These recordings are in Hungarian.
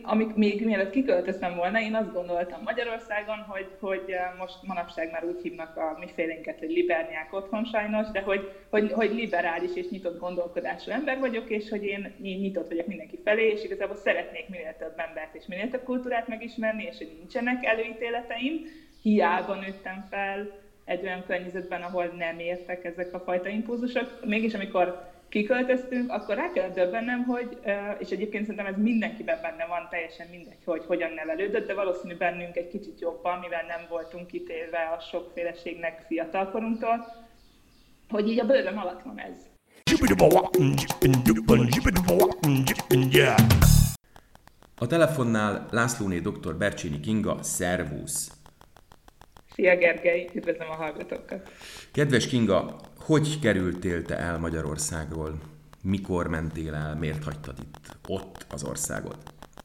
amik még mielőtt kiköltöztem volna, én azt gondoltam Magyarországon, hogy most manapság már úgy hívnak a mifélénket, hogy libernyák otthon sajnos, de hogy liberális és nyitott gondolkodású ember vagyok, és hogy én nyitott vagyok mindenki felé, és igazából szeretnék minél több embert és minél több kultúrát megismerni, és hogy nincsenek előítéleteim. Hiába nőttem fel egy olyan környezetben, ahol nem értek ezek a fajta impulzusok. Mégis amikor kiköltöztünk, akkor rá kellett döbbennem, hogy, és egyébként szerintem ez mindenkiben benne van, teljesen mindegy, hogy hogyan nevelődött, de valószínű bennünk egy kicsit jobban, mivel nem voltunk kitérve a sokféleségnek fiatalkorunktól, hogy így a bőröm alatt van ez. A telefonnál Lászlóné dr. Bercsényi Kinga, szervusz! Szia Gergely, üdvözlöm a hallgatókat! Kedves Kinga, hogy kerültél te el Magyarországról? Mikor mentél el? Miért hagytad ott az országot?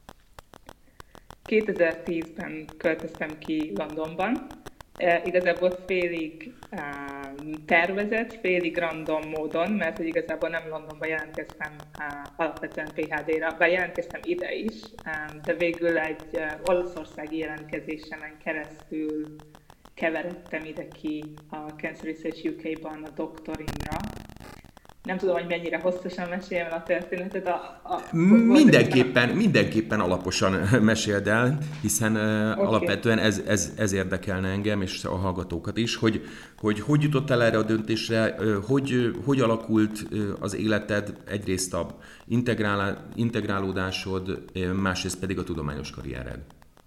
2010-ben költöztem ki Londonban. Igazából félig tervezett, félig random módon, mert hogy igazából nem Londonba jelentkeztem alapvetően PhD-ra, bár jelentkeztem ide is, de végül egy olaszországi jelentkezésemen keresztül keveredtem ide ki a Cancer Research UK-ban a doktorimra. Nem tudom, hogy mennyire hosszasan meséljem el a történetet. Mindenképpen alaposan meséld el, hiszen okay. Alapvetően ez érdekelne engem és a hallgatókat is, hogy jutottál erre a döntésre, hogy alakult az életed, egyrészt a integrálódásod, másrészt pedig a tudományos karriered.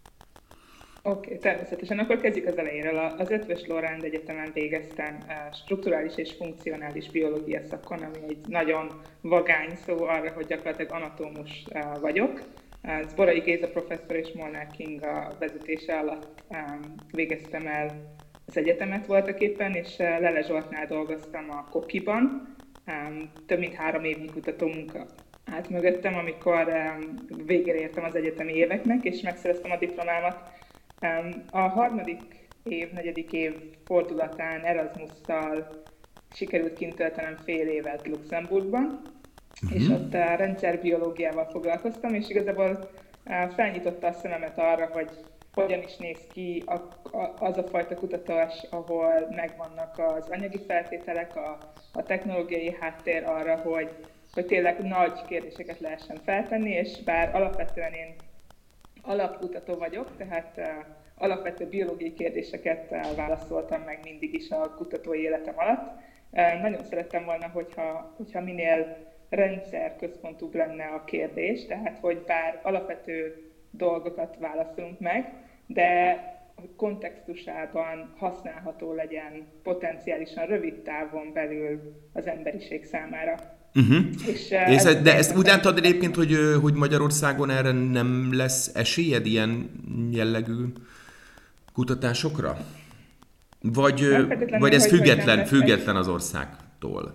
Oké, természetesen. Akkor kezdjük az elejéről. Az Eötvös Loránd Egyetemen végeztem strukturális és funkcionális biológia szakon, ami egy nagyon vagány szó arra, hogy gyakorlatilag anatómus vagyok. Borai Géza professzor és Molnár Kinga vezetése alatt végeztem el az egyetemet voltaképpen, és Lele Zsoltnál dolgoztam a Kokiban. Több mint 3 évnyi kutatómunka állt mögöttem, amikor végére értem az egyetemi éveknek, és megszereztem a diplomámat. A harmadik év, negyedik év fordulatán Erasmusszal sikerült kint töltenem fél évet Luxemburgban, és ott a rendszerbiológiával foglalkoztam, és igazából felnyitotta a szememet arra, hogy hogyan is néz ki az a fajta kutatás, ahol megvannak az anyagi feltételek, a technológiai háttér arra, hogy tényleg nagy kérdéseket lehessen feltenni, és bár alapvetően én alapkutató vagyok, tehát alapvető biológiai kérdéseket válaszoltam meg mindig is a kutatói életem alatt. Nagyon szerettem volna, hogyha minél rendszerközpontúbb lenne a kérdés, tehát hogy bár alapvető dolgokat válaszolunk meg, de kontextusában használható legyen potenciálisan rövid távon belül az emberiség számára. De ezt úgy láttad egyébként, hogy Magyarországon erre nem lesz esélyed ilyen jellegű kutatásokra? Vagy ez független az országtól?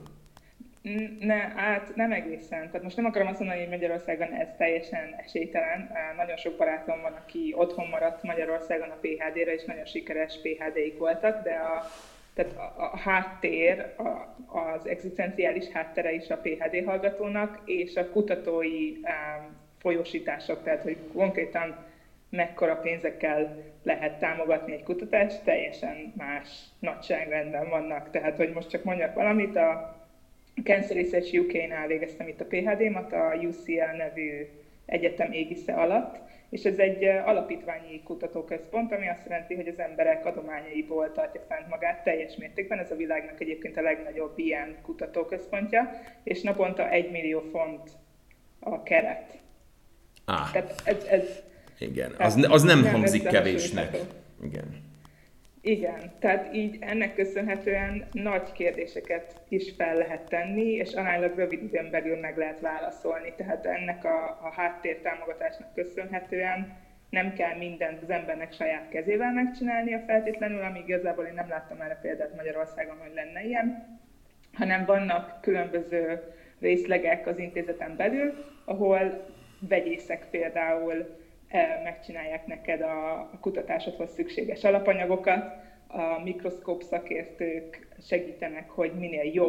Nem egészen. Tehát most nem akarom azt mondani, hogy Magyarországon ez teljesen esélytelen. Nagyon sok barátom van, aki otthon maradt Magyarországon a PhD-re, és nagyon sikeres PhD-ik voltak, de tehát a háttér, az egzisztenciális háttere is a PhD hallgatónak, és a kutatói folyósítások, tehát hogy konkrétan mekkora pénzekkel lehet támogatni egy kutatást, teljesen más nagyságrendben vannak. Tehát, hogy most csak mondjak valamit, a Cancer Research UK-nál végeztem itt a PhD-mat, a UCL nevű egyetem égisze alatt, és ez egy alapítványi kutatóközpont, ami azt jelenti, hogy az emberek adományaiból tartja fent magát teljes mértékben. Ez a világnak egyébként a legnagyobb ilyen kutatóközpontja, és naponta 1 millió font a keret. Tehát igen, az nem hangzik kevésnek. Igen, tehát így ennek köszönhetően nagy kérdéseket is fel lehet tenni, és aránylag rövid időn belül meg lehet válaszolni. Tehát ennek a háttértámogatásnak köszönhetően nem kell mindent az embernek saját kezével megcsinálnia feltétlenül, amíg igazából én nem láttam erre példát Magyarországon, hogy lenne ilyen, hanem vannak különböző részlegek az intézeten belül, ahol vegyészek például megcsinálják neked a kutatásodhoz szükséges alapanyagokat, a mikroszkóp szakértők segítenek, hogy minél jobb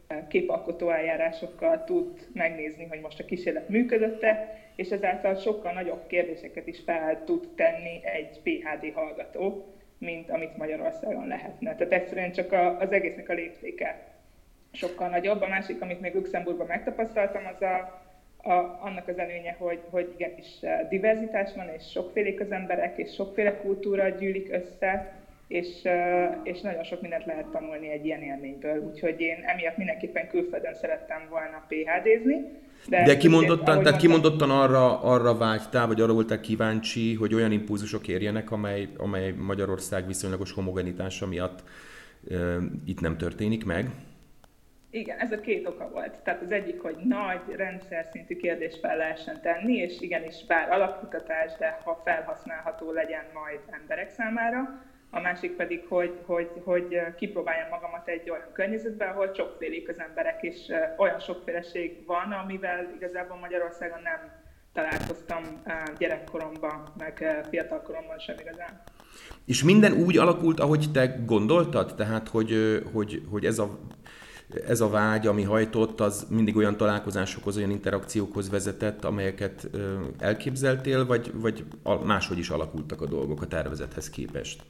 képalkotó eljárásokkal tud megnézni, hogy most a kísérlet működött-e, és ezáltal sokkal nagyobb kérdéseket is fel tud tenni egy PhD hallgató, mint amit Magyarországon lehetne. Tehát egyszerűen csak az egésznek a léptéke sokkal nagyobb. A másik, amit még Luxemburgban megtapasztaltam, az annak az előnye, hogy igenis diverzitás van, és sokfélék az emberek, és sokféle kultúra gyűlik össze, és nagyon sok mindent lehet tanulni egy ilyen élményből. Úgyhogy én emiatt mindenképpen külföldön szerettem volna PhD-zni. De kimondottan arra vágytál, vagy arra voltál kíváncsi, hogy olyan impulzusok érjenek, amely Magyarország viszonylagos homogenitása miatt itt nem történik meg? Igen, ez a két oka volt. Tehát az egyik, hogy nagy rendszer szintű kérdést fel lehessen tenni, és igenis bár alapkutatás, de ha felhasználható legyen majd emberek számára. A másik pedig, hogy kipróbáljam magamat egy olyan környezetben, ahol sokfélék az emberek, és olyan sokféleség van, amivel igazából Magyarországon nem találkoztam gyerekkoromban, meg fiatalkoromban sem igazán. És minden úgy alakult, ahogy te gondoltad? Tehát, hogy ez a vágy, ami hajtott, az mindig olyan találkozásokhoz, olyan interakciókhoz vezetett, amelyeket elképzeltél, vagy máshogy is alakultak a dolgok a tervezethez képest?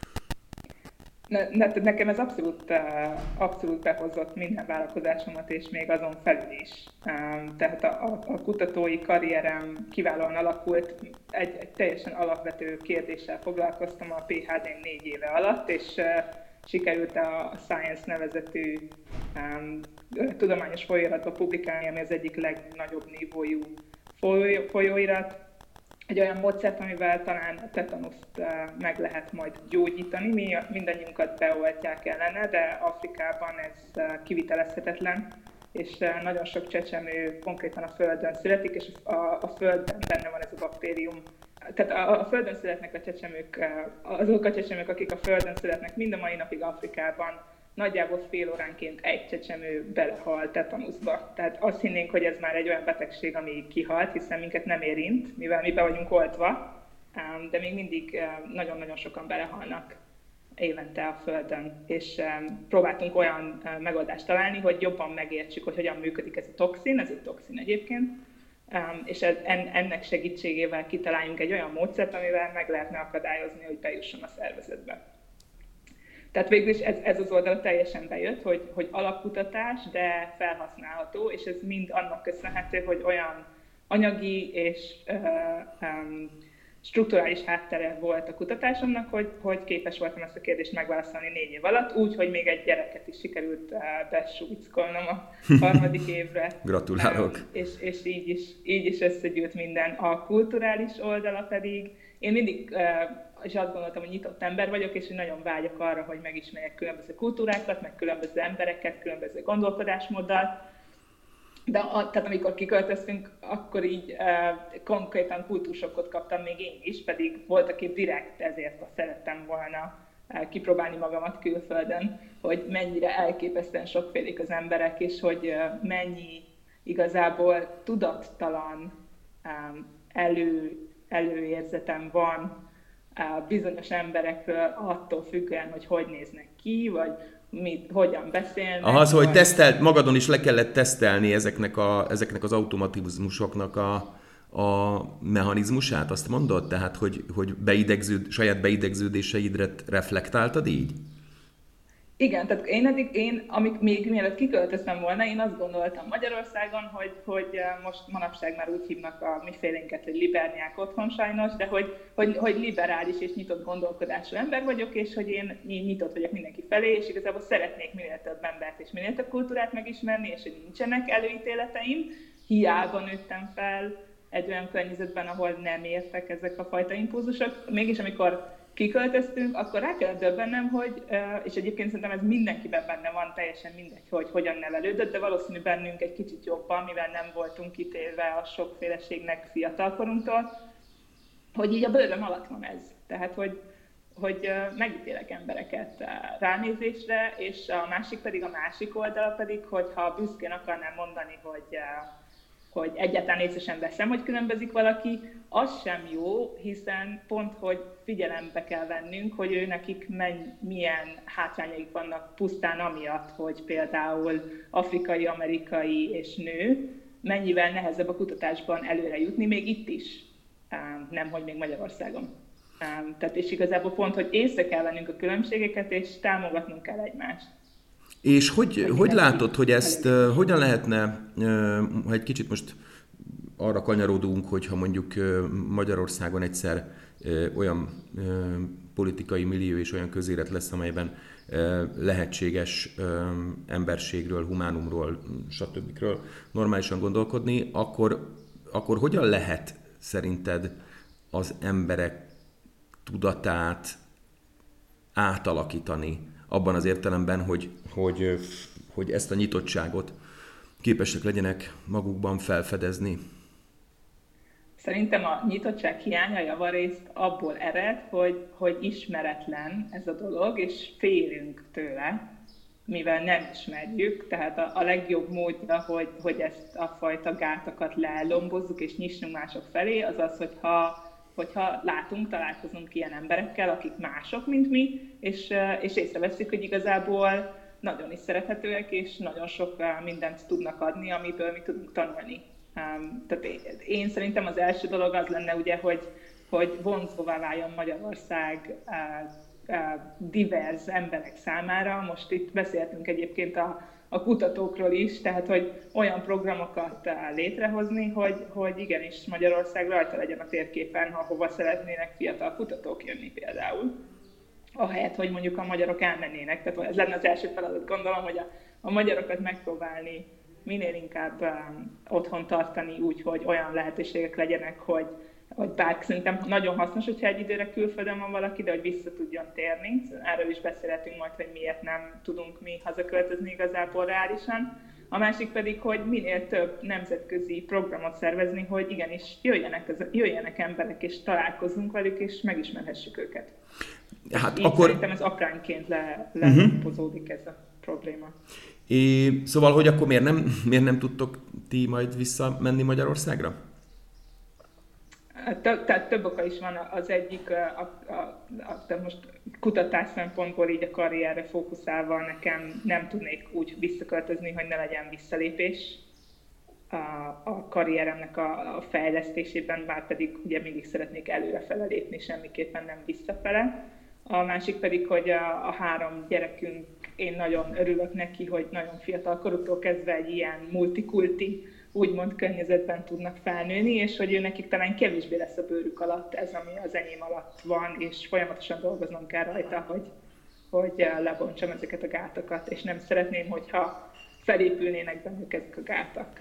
Nekem ez abszolút behozott minden vállalkozásomat, és még azon felül is. Tehát a kutatói karrierem kiválóan alakult, egy teljesen alapvető kérdéssel foglalkoztam a PhD-n 4 éve alatt, és sikerült a Science nevezetű tudományos folyóiratba publikálni, ami az egyik legnagyobb nívójú folyóirat. Egy olyan módszert, amivel talán a tetanuszt meg lehet majd gyógyítani. Mindannyiunkat beoltják ellene, de Afrikában ez kivitelezhetetlen, és nagyon sok csecsemő konkrétan a Földön születik, és a Földben benne van ez a baktérium. Tehát a Földön születnek a csecsemők, azok a csecsemők, akik a Földön születnek, mind a mai napig Afrikában nagyjából fél óránként egy csecsemő belehal tetanuszba. Tehát azt hinnénk, hogy ez már egy olyan betegség, ami kihalt, hiszen minket nem érint, mivel mi be vagyunk oltva, de még mindig nagyon-nagyon sokan belehalnak évente a Földön. És próbáltunk olyan megoldást találni, hogy jobban megértsük, hogy hogyan működik ez a toxin, ez egy toxin egyébként, és ennek segítségével kitaláljunk egy olyan módszert, amivel meg lehetne akadályozni, hogy bejusson a szervezetbe. Tehát végül is ez az oldal teljesen bejött, hogy alapkutatás, de felhasználható, és ez mind annak köszönhető, hogy olyan anyagi és strukturális háttere volt a kutatásomnak, hogy képes voltam ezt a kérdést megválaszolni 4 év alatt, úgy, hogy még egy gyereket is sikerült besújckolnom a 3. évre. Gratulálok! És így is összegyűlt minden. A kulturális oldala pedig, én mindig és azt gondoltam, hogy nyitott ember vagyok, és hogy nagyon vágyok arra, hogy megismerjek különböző kultúrákat, meg különböző embereket, különböző gondolkodásmóddal. De tehát amikor kiköltöztünk, akkor így konkrétan kultúrsokkot kaptam még én is, pedig volt, aki direkt ezért szerettem volna kipróbálni magamat külföldön, hogy mennyire elképesztően sokfélék az emberek, és hogy mennyi igazából tudattalan előérzetem van bizonyos emberekről attól függően, hogy néznek ki, vagy hogyan beszélnek. Az, hogy magadon is le kellett tesztelni ezeknek az automatizmusoknak a mechanizmusát, azt mondod? Tehát, hogy saját beidegződéseidre reflektáltad így? Igen, tehát amik még mielőtt kiköltöztem volna, én azt gondoltam Magyarországon, hogy most manapság már úgy hívnak a mifélénket, hogy libernyák otthon sajnos, de hogy liberális és nyitott gondolkodású ember vagyok, és hogy én nyitott vagyok mindenki felé, és igazából szeretnék minél több embert és minél több kultúrát megismerni, és hogy nincsenek előítéleteim. Hiába nőttem fel egy olyan környezetben, ahol nem értek ezek a fajta impulzusok. Mégis amikor kiköltöztünk, akkor rá kellett döbbennem, és egyébként szerintem ez mindenkiben benne van, teljesen mindegy, hogy hogyan nevelődött, de valószínű bennünk egy kicsit jobban, mivel nem voltunk kitéve a sokféleségnek fiatalkorunktól, hogy így a bőröm alatt van ez. Tehát, hogy megítélek embereket ránézésre, és a másik oldala pedig, hogy ha büszkén akarnám mondani, hogy egyáltalán észre sem veszem, hogy különbözik valaki, az sem jó, hiszen pont, hogy figyelembe kell vennünk, hogy ő nekik milyen hátrányaik vannak pusztán amiatt, hogy például afrikai, amerikai és nő, mennyivel nehezebb a kutatásban előre jutni, még itt is, nemhogy még Magyarországon. Tehát és igazából pont, hogy észre kell vennünk a különbségeket, és támogatnunk kell egymást. És hogy látod, hogy ezt hogyan lehetne, ha egy kicsit most arra kanyarodunk, hogyha mondjuk Magyarországon egyszer olyan politikai millió és olyan közélet lesz, amelyben lehetséges emberségről, humánumról, stb. Normálisan gondolkodni, akkor hogyan lehet szerinted az emberek tudatát átalakítani abban az értelemben, hogy ezt a nyitottságot képesek legyenek magukban felfedezni? Szerintem a nyitottság hiánya javarészt abból ered, hogy ismeretlen ez a dolog, és félünk tőle, mivel nem ismerjük. Tehát a legjobb módja, hogy ezt a fajta gátakat lelombozzuk és nyissunk mások felé, az az, hogyha találkozunk ilyen emberekkel, akik mások, mint mi, és észreveszünk, hogy igazából nagyon is szerethetőek, és nagyon sok mindent tudnak adni, amiből mi tudunk tanulni. Tehát én szerintem az első dolog az lenne, ugye, hogy vonzóvá váljon Magyarország divers emberek számára. Most itt beszéltünk egyébként a kutatókról is, tehát hogy olyan programokat létrehozni, hogy igenis Magyarország rajta legyen a térképen, ahova szeretnének fiatal kutatók jönni például. Ahelyett, hogy mondjuk a magyarok elmennének. Tehát ez lenne az első feladat, gondolom, hogy a magyarokat megpróbálni minél inkább otthon tartani úgy, hogy olyan lehetőségek legyenek, hogy bár szerintem nagyon hasznos, hogyha egy időre külföldön van valaki, de hogy vissza tudjon térni. Erről is beszélhetünk majd, hogy miért nem tudunk mi hazaköltözni igazából reálisan. A másik pedig, hogy minél több nemzetközi programot szervezni, hogy igenis jöjjenek emberek, és találkozzunk velük, és megismerhessük őket. Hát így akkor... Szerintem ez apránként lehozódik ez a probléma. Szóval, hogy akkor miért nem tudtok ti majd visszamenni Magyarországra? Tehát több oka is van. Az egyik, most kutatás szempontból így a karrierre fókuszálva nekem nem tudnék úgy visszaköltözni, hogy ne legyen visszalépés a karrieremnek a fejlesztésében, bár pedig ugye mindig szeretnék előrefele lépni, semmiképpen nem visszafele. A másik pedig, hogy a 3 gyerekünk, én nagyon örülök neki, hogy nagyon fiatal koruktól kezdve egy ilyen multikulti, úgymond környezetben tudnak felnőni, és hogy ő nekik talán kevésbé lesz a bőrük alatt ez, ami az enyém alatt van, és folyamatosan dolgoznom kell rajta, hogy lebontsam ezeket a gátakat, és nem szeretném, hogyha felépülnének bennük ezek a gátak.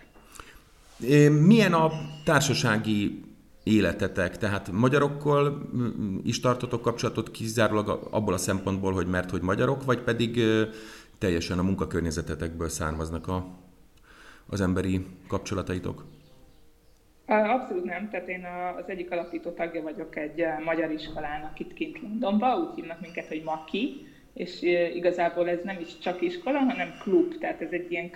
Milyen a társasági életetek? Tehát magyarokkal is tartotok kapcsolatot kizárólag abból a szempontból, hogy magyarok, vagy pedig teljesen a munkakörnyezetetekből származnak az emberi kapcsolataitok? Abszolút nem, tehát én az egyik alapító tagja vagyok egy magyar iskolának itt kint Londonban, úgy hívnak minket, hogy Maki, és igazából ez nem is csak iskola, hanem klub, tehát ez egy ilyen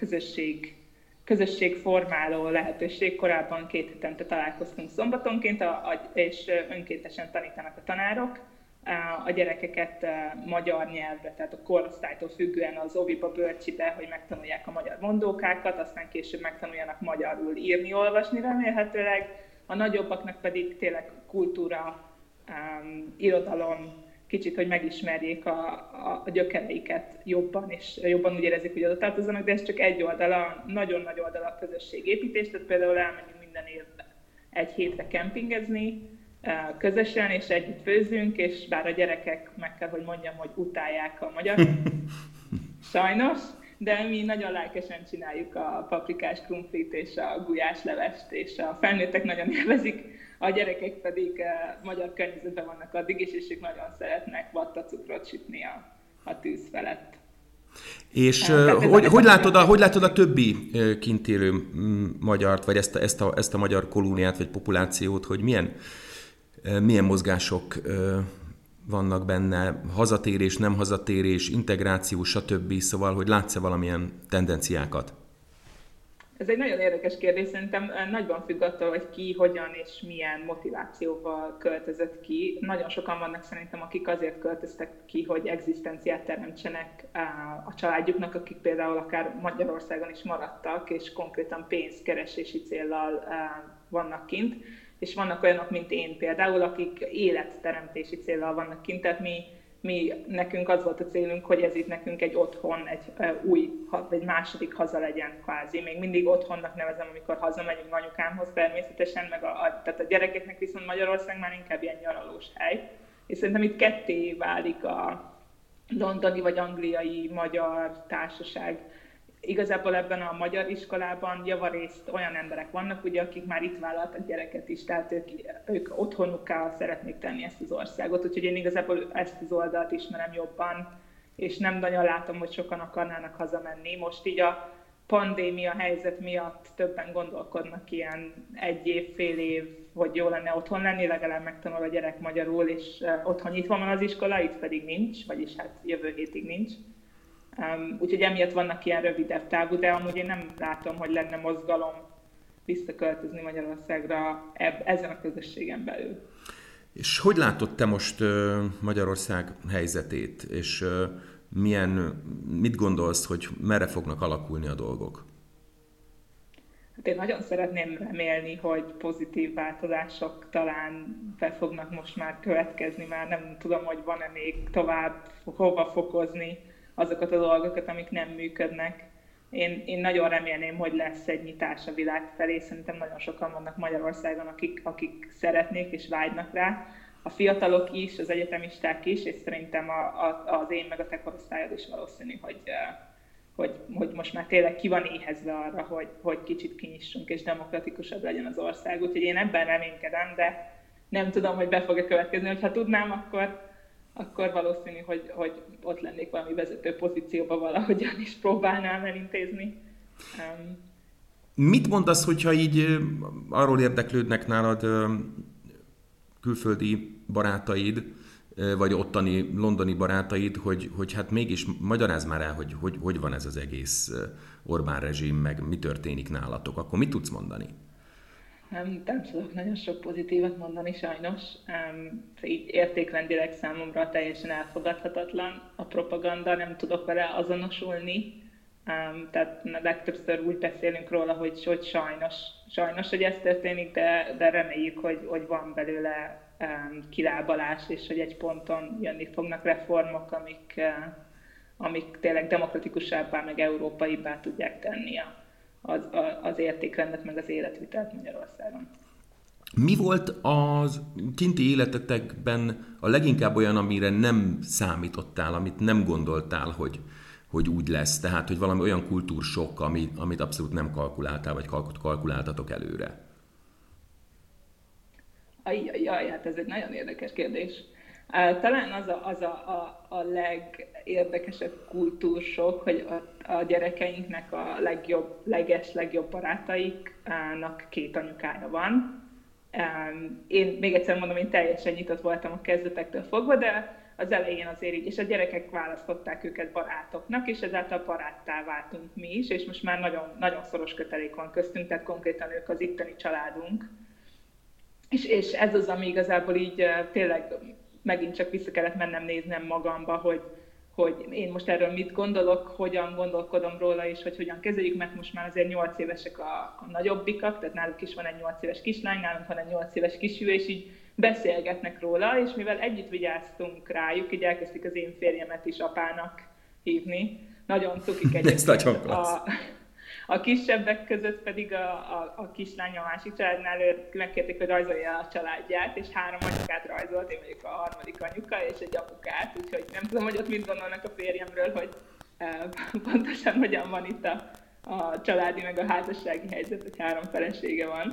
közösségformáló lehetőség. Korábban 2 hetente találkoztunk szombatonként, és önkéntesen tanítanak a tanárok a gyerekeket magyar nyelvre, tehát a korosztálytól függően az óviba, bölcsibe, hogy megtanulják a magyar mondókákat, aztán később megtanuljanak magyarul írni, olvasni remélhetőleg. A nagyobbaknak pedig tényleg kultúra, irodalom, kicsit, hogy megismerjék a gyökereiket jobban, és jobban úgy érezik, hogy oda tartozzanak, de ez csak egy oldala, nagyon nagy oldala a közösségépítés, tehát például elmegyünk minden évben egy hétre kempingezni közösen, és együtt főzünk, és bár a gyerekek, meg kell, hogy mondjam, hogy utálják a magyar, sajnos, de mi nagyon lelkesen csináljuk a paprikás krumplit és a gulyáslevest, és a felnőttek nagyon élvezik, a gyerekek pedig magyar környezetben vannak addig is, és ők nagyon szeretnek vattacukrot sütni a tűz felett. És hogy látod a többi kint élő magyart, vagy ezt a magyar kolóniát, vagy populációt, hogy milyen mozgások vannak benne, hazatérés, nem hazatérés, integráció, stb. Szóval, hogy látsz-e valamilyen tendenciákat? Ez egy nagyon érdekes kérdés, szerintem nagyban függ attól, hogy ki, hogyan és milyen motivációval költözött ki. Nagyon sokan vannak szerintem, akik azért költöztek ki, hogy egzisztenciát teremtsenek a családjuknak, akik például akár Magyarországon is maradtak, és konkrétan pénzkeresési céllal vannak kint. És vannak olyanok, mint én például, akik életteremtési céllal vannak kint, tehát nekünk az volt a célunk, hogy ez itt nekünk egy otthon, egy egy második haza legyen kvázi. Még mindig otthonnak nevezem, amikor hazamegyünk anyukámhoz természetesen, tehát a gyerekeknek viszont Magyarország már inkább ilyen nyaralós hely. És szerintem itt ketté válik a londoni vagy angliai magyar társaság. Igazából ebben a magyar iskolában javarészt olyan emberek vannak, ugye, akik már itt vállaltak gyereket is, tehát ők otthonukká szeretnék tenni ezt az országot, úgyhogy én igazából ezt az oldalt ismerem jobban, és nem nagyon látom, hogy sokan akarnának hazamenni. Most így a pandémia helyzet miatt többen gondolkodnak ilyen egy év, fél év, hogy jó lenne otthon lenni, legalább megtanul a gyerek magyarul, és otthon nyitva van az iskola, itt pedig nincs, vagyis hát jövő hétig nincs. Úgyhogy emiatt vannak ilyen rövidebb távú, de amúgy én nem látom, hogy lenne mozgalom visszaköltözni Magyarországra ezen a közösségen belül. És hogy látod te most Magyarország helyzetét, és mit gondolsz, hogy merre fognak alakulni a dolgok? Hát én nagyon szeretném remélni, hogy pozitív változások talán be fognak most már következni, már nem tudom, hogy van-e még tovább hova fokozni azokat a dolgokat, amik nem működnek. Én nagyon remélném, hogy lesz egy nyitás a világ felé. Szerintem nagyon sokan vannak Magyarországon, akik szeretnék és vágynak rá. A fiatalok is, az egyetemisták is, és szerintem az én meg a te korosztályod is valószínű, hogy most már tényleg ki van éhezve arra, hogy kicsit kinyissunk és demokratikusabb legyen az ország. Úgyhogy én ebben reménykedem, de nem tudom, hogy be fog-e következni. Hogyha tudnám, akkor valószínű, hogy ott lennék valami vezető pozícióban valahogyan is próbálnám elintézni. Mit mondasz, hogyha így arról érdeklődnek nálad külföldi barátaid, vagy ottani londoni barátaid, hogy hát mégis magyarázd már el, hogy van ez az egész Orbán rezsim, meg mi történik nálatok, akkor mit tudsz mondani? Nem tudok nagyon sok pozitívat mondani sajnos. Így értékrendileg számomra teljesen elfogadhatatlan a propaganda, nem tudok vele azonosulni. Tehát legtöbbször úgy beszélünk róla, hogy sajnos, hogy ez történik, de reméljük, hogy van belőle kilábalás, és hogy egy ponton jönni fognak reformok, amik tényleg demokratikusabbá, meg európaibbá tudják tenni az értékrendet, meg az életvitelt Magyarországon. Mi volt az kinti életetekben a leginkább olyan, amire nem számítottál, amit nem gondoltál, hogy úgy lesz? Tehát, hogy valami olyan kultúrsokk, amit abszolút nem kalkuláltál, vagy kalkuláltatok előre? Hát ez egy nagyon érdekes kérdés. Talán az a legérdekesebb kultúrsok, hogy a gyerekeinknek a legjobb barátaiknak két anyukája van. Én még egyszer mondom, én teljesen nyitott voltam a kezdetektől fogva, de az elején azért így, és a gyerekek választották őket barátoknak, és ezáltal baráttá váltunk mi is, és most már nagyon, nagyon szoros kötelék van köztünk, tehát konkrétan ők az itteni családunk. És ez az, ami igazából így tényleg megint csak vissza kellett mennem néznem magamba, hogy én most erről mit gondolok, hogyan gondolkodom róla, és hogy hogyan kezeljük, mert most már azért 8 évesek a nagyobbikak, tehát náluk is van egy 8 éves kislány, nálunk van egy 8 éves kisfiú, és így beszélgetnek róla, és mivel együtt vigyáztunk rájuk, így elkezdtük az én férjemet is apának hívni. Nagyon cukik egyébként. A kisebbek között pedig a kislány a másik családnál megkérték, hogy rajzolja el a családját, és 3 anyukát rajzolt, én vagyok a harmadik anyuka, és egy apukát, úgyhogy nem tudom, hogy ott mit gondolnak a férjemről, hogy pontosan hogyan van itt a családi meg a házassági helyzet, hogy 3 felesége van.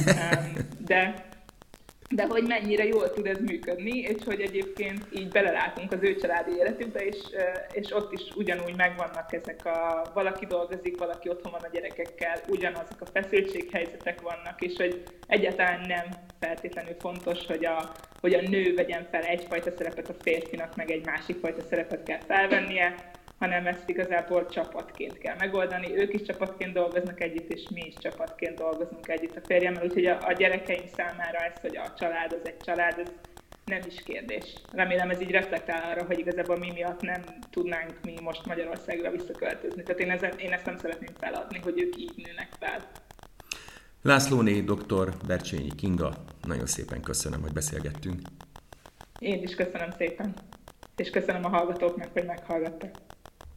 De hogy mennyire jól tud ez működni, és hogy egyébként így belelátunk az ő családi életükbe, és ott is ugyanúgy megvannak ezek valaki dolgozik, valaki otthon van a gyerekekkel, ugyanazok a feszültséghelyzetek vannak, és hogy egyáltalán nem feltétlenül fontos, hogy a nő vegyen fel egyfajta szerepet a férfinak, meg egy másik fajta szerepet kell felvennie, hanem ezt igazából csapatként kell megoldani. Ők is csapatként dolgoznak együtt, és mi is csapatként dolgozunk együtt a férjemmel, úgyhogy a gyerekeim számára ez, hogy a család az egy család, ez nem is kérdés. Remélem ez így reflektál arra, hogy igazából mi miatt nem tudnánk mi most Magyarországra visszaköltözni. Tehát én ezt nem szeretném feladni, hogy ők így nőnek fel. Lászlóné dr. Bercsényi Kinga, nagyon szépen köszönöm, hogy beszélgettünk. Én is köszönöm szépen, és köszönöm a hallgatóknak, hogy meghallgattak.